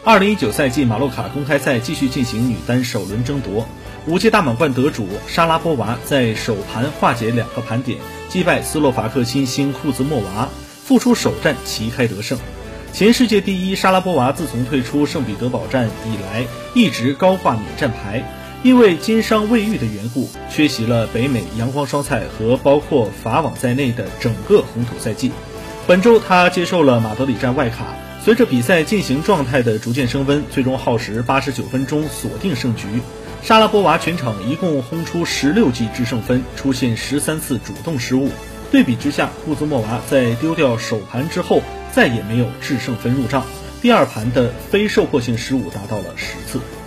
2019赛季马洛卡公开赛继续进行女单首轮争夺，5届大满贯得主莎拉波娃在首盘化解2个盘点，击败斯洛伐克新星库兹莫娃，复出首战旗开得胜。前世界第一莎拉波娃自从退出圣彼得堡站以来，一直高挂免战牌，因为经伤未愈的缘故，缺席了北美阳光双赛和包括法网在内的整个红土赛季。本周他接受了马德里站外卡，随着比赛进行状态的逐渐升温，最终耗时89分钟锁定胜局。莎拉波娃全场一共轰出16记制胜分，出现13次主动失误。对比之下，库兹莫娃在丢掉首盘之后再也没有制胜分入账，第2盘的非受迫性失误达到了10次。